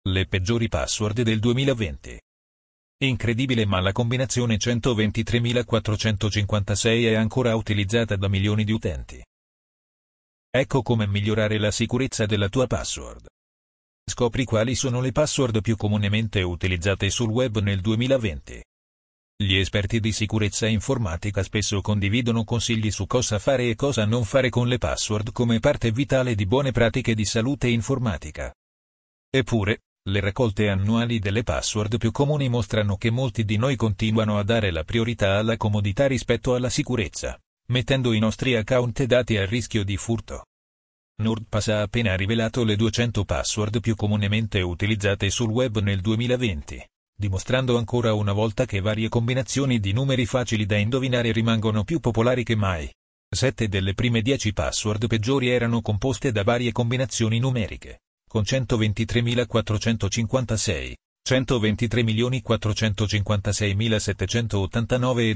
Le peggiori password del 2020. Incredibile, ma la combinazione 123.456 è ancora utilizzata da milioni di utenti. Ecco come migliorare la sicurezza della tua password. Scopri quali sono le password più comunemente utilizzate sul web nel 2020. Gli esperti di sicurezza informatica spesso condividono consigli su cosa fare e cosa non fare con le password come parte vitale di buone pratiche di salute informatica. Eppure, le raccolte annuali delle password più comuni mostrano che molti di noi continuano a dare la priorità alla comodità rispetto alla sicurezza, mettendo i nostri account e dati a rischio di furto. NordPass ha appena rivelato le 200 password più comunemente utilizzate sul web nel 2020, dimostrando ancora una volta che varie combinazioni di numeri facili da indovinare rimangono più popolari che mai. 7 delle prime 10 password peggiori erano composte da varie combinazioni numeriche, con 123.456, 123.456.789 e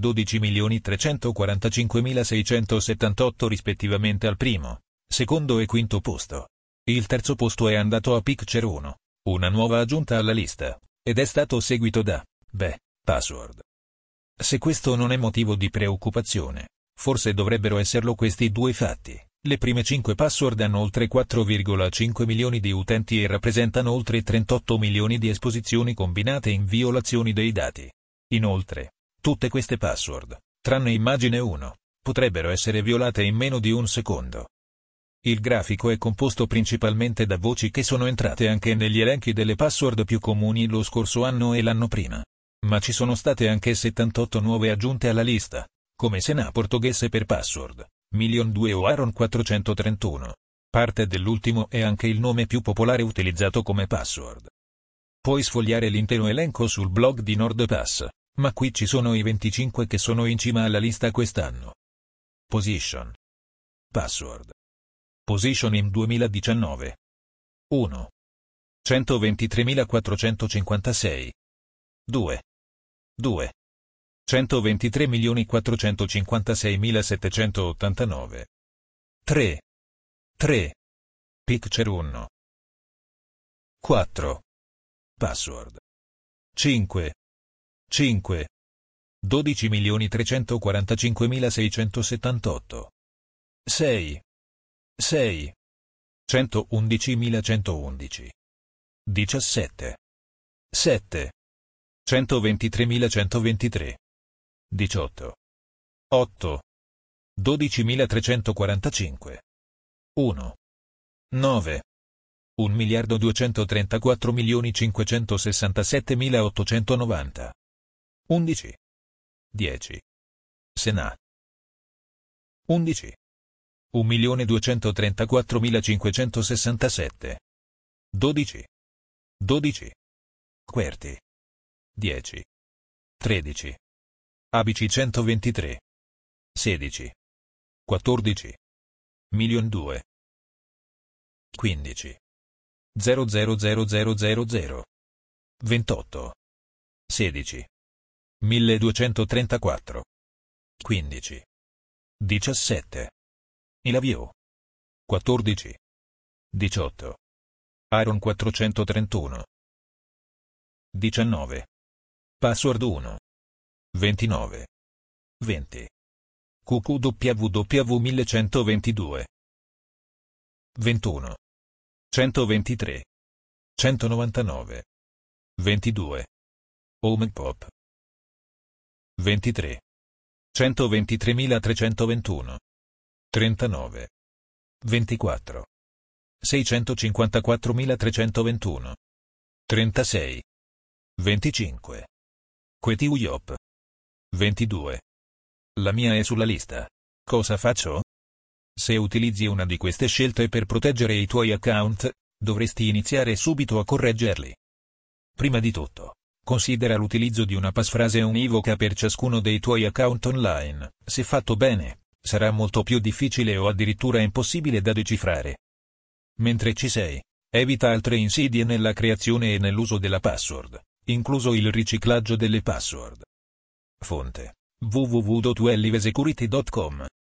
12.345.678 rispettivamente al primo, secondo e quinto posto. Il terzo posto è andato a Picture 1, una nuova aggiunta alla lista, ed è stato seguito da password. Se questo non è motivo di preoccupazione, forse dovrebbero esserlo questi due fatti. Le prime 5 password hanno oltre 4,5 milioni di utenti e rappresentano oltre 38 milioni di esposizioni combinate in violazioni dei dati. Inoltre, tutte queste password, tranne immagine 1, potrebbero essere violate in meno di un secondo. Il grafico è composto principalmente da voci che sono entrate anche negli elenchi delle password più comuni lo scorso anno e l'anno prima. Ma ci sono state anche 78 nuove aggiunte alla lista, come Sena portoghese per password, Million2 o Aaron 431. Parte dell'ultimo è anche il nome più popolare utilizzato come password. Puoi sfogliare l'intero elenco sul blog di NordPass, ma qui ci sono i 25 che sono in cima alla lista quest'anno. Position. Password. Positioning 2019. 1. 123.456. 2. 123.456.789. 3. Picture 1. 4. Password. 5. 12.345.678. 6. 111.111. 17. 7. 123.123. 18. 8. 12.345. 1. 9. 1.234.567.890. 11. 10. Sena. 11. 1.234.567. 12. QWERTY. 10. 13. ABC 123. 16. 14. Million2. 15. 000000. 28. 16. 1234. 15. 17. Ilavio. 14. 18. Aaron 431. 19. Password 1. 29. 20. QQWW 1122. 21. 123. 199. 22. HomePop. 23. 123.321. 39. 24. 654.321. 36. 25. QWERTY. 22. La mia è sulla lista. Cosa faccio? Se utilizzi una di queste scelte per proteggere i tuoi account, dovresti iniziare subito a correggerli. Prima di tutto, considera l'utilizzo di una passphrase univoca per ciascuno dei tuoi account online. Se fatto bene, sarà molto più difficile o addirittura impossibile da decifrare. Mentre ci sei, evita altre insidie nella creazione e nell'uso della password, incluso il riciclaggio delle password. Fonte: www.wellivesecurity.com